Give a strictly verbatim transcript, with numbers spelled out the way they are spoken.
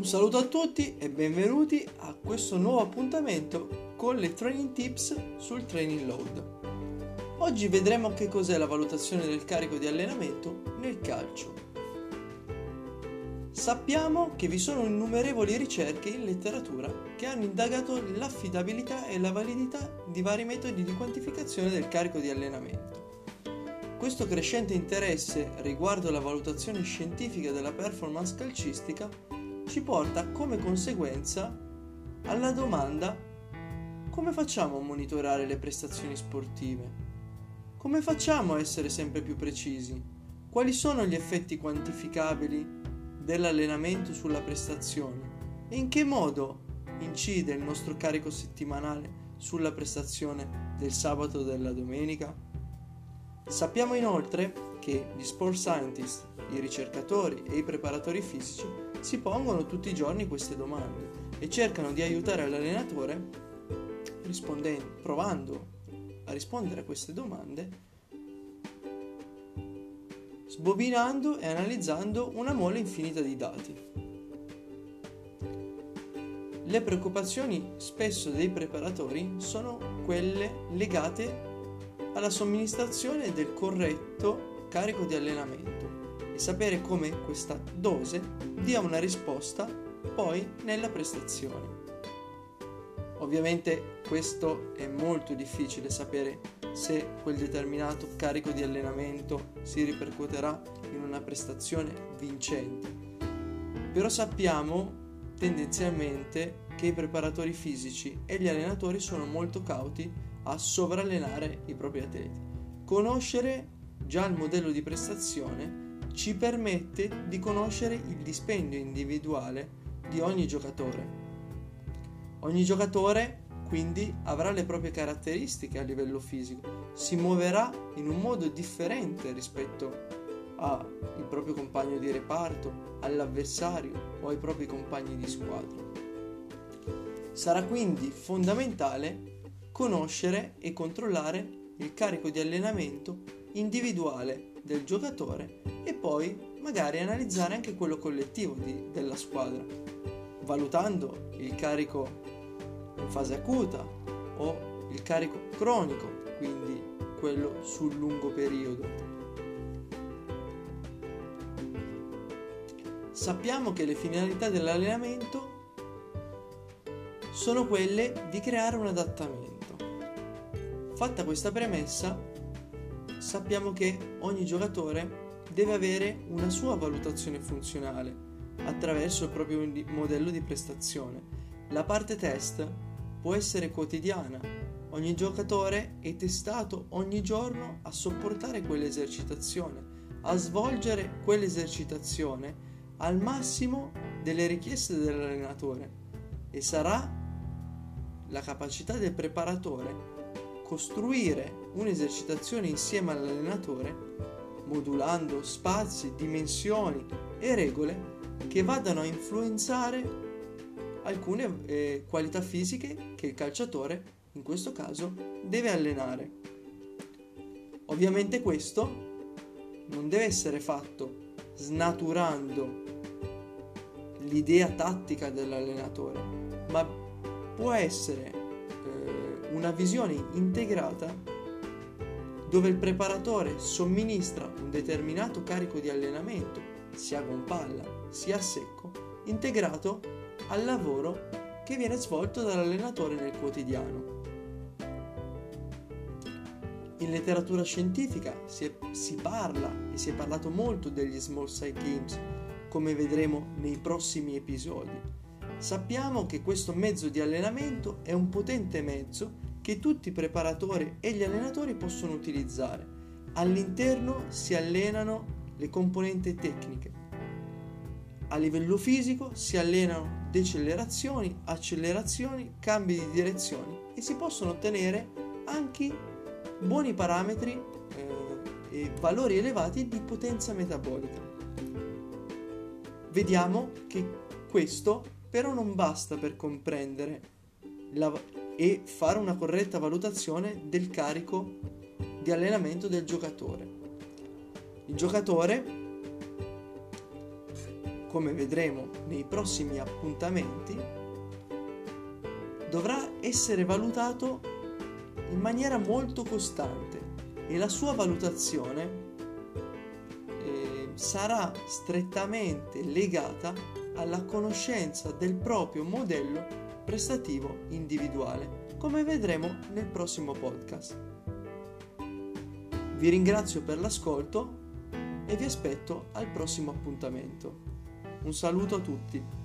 Un saluto a tutti e benvenuti a questo nuovo appuntamento con le training tips sul training load. Oggi vedremo che cos'è la valutazione del carico di allenamento nel calcio. Sappiamo che vi sono innumerevoli ricerche in letteratura che hanno indagato l'affidabilità e la validità di vari metodi di quantificazione del carico di allenamento. Questo crescente interesse riguardo la valutazione scientifica della performance calcistica ci porta come conseguenza alla domanda: come facciamo a monitorare le prestazioni sportive? Come facciamo a essere sempre più precisi? Quali sono gli effetti quantificabili dell'allenamento sulla prestazione? E in che modo incide il nostro carico settimanale sulla prestazione del sabato o della domenica? Sappiamo inoltre che gli sport scientist, i ricercatori e i preparatori fisici si pongono tutti i giorni queste domande e cercano di aiutare l'allenatore rispondendo, provando a rispondere a queste domande, sbobinando e analizzando una mole infinita di dati. Le preoccupazioni spesso dei preparatori sono quelle legate alla somministrazione del corretto carico di allenamento e sapere come questa dose dia una risposta poi nella prestazione. Ovviamente questo è molto difficile sapere se quel determinato carico di allenamento si ripercuoterà in una prestazione vincente, però sappiamo tendenzialmente che i preparatori fisici e gli allenatori sono molto cauti a sovrallenare i propri atleti. Conoscere già il modello di prestazione ci permette di conoscere il dispendio individuale di ogni giocatore. Ogni giocatore quindi avrà le proprie caratteristiche a livello fisico, si muoverà in un modo differente rispetto al proprio compagno di reparto, all'avversario o ai propri compagni di squadra. Sarà quindi fondamentale conoscere e controllare il carico di allenamento individuale del giocatore e poi magari analizzare anche quello collettivo di, della squadra, valutando il carico in fase acuta o il carico cronico, quindi quello sul lungo periodo. Sappiamo che le finalità dell'allenamento sono quelle di creare un adattamento. Fatta questa premessa, sappiamo che ogni giocatore deve avere una sua valutazione funzionale attraverso il proprio modello di prestazione. La parte test può essere quotidiana. Ogni giocatore è testato ogni giorno a sopportare quell'esercitazione, a svolgere quell'esercitazione al massimo delle richieste dell'allenatore, e sarà la capacità del preparatore costruire un'esercitazione insieme all'allenatore, modulando spazi, dimensioni e regole che vadano a influenzare alcune eh, qualità fisiche che il calciatore, in questo caso, deve allenare. Ovviamente questo non deve essere fatto snaturando l'idea tattica dell'allenatore, ma può essere eh, una visione integrata dove il preparatore somministra un determinato carico di allenamento, sia con palla sia a secco, integrato al lavoro che viene svolto dall'allenatore nel quotidiano. In letteratura scientifica si, è, si parla e si è parlato molto degli small side games, come vedremo nei prossimi episodi. Sappiamo che questo mezzo di allenamento è un potente mezzo che tutti i preparatori e gli allenatori possono utilizzare. All'interno si allenano le componenti tecniche. A livello fisico si allenano decelerazioni, accelerazioni, cambi di direzioni e si possono ottenere anche buoni parametri eh, e valori elevati di potenza metabolica. Vediamo che questo però non basta per comprendere la, e fare una corretta valutazione del carico di allenamento del giocatore. Il giocatore come vedremo nei prossimi appuntamenti, dovrà essere valutato in maniera molto costante e la sua valutazione eh, sarà strettamente legata alla conoscenza del proprio modello prestativo individuale, come vedremo nel prossimo podcast. Vi ringrazio per l'ascolto e vi aspetto al prossimo appuntamento. Un saluto a tutti.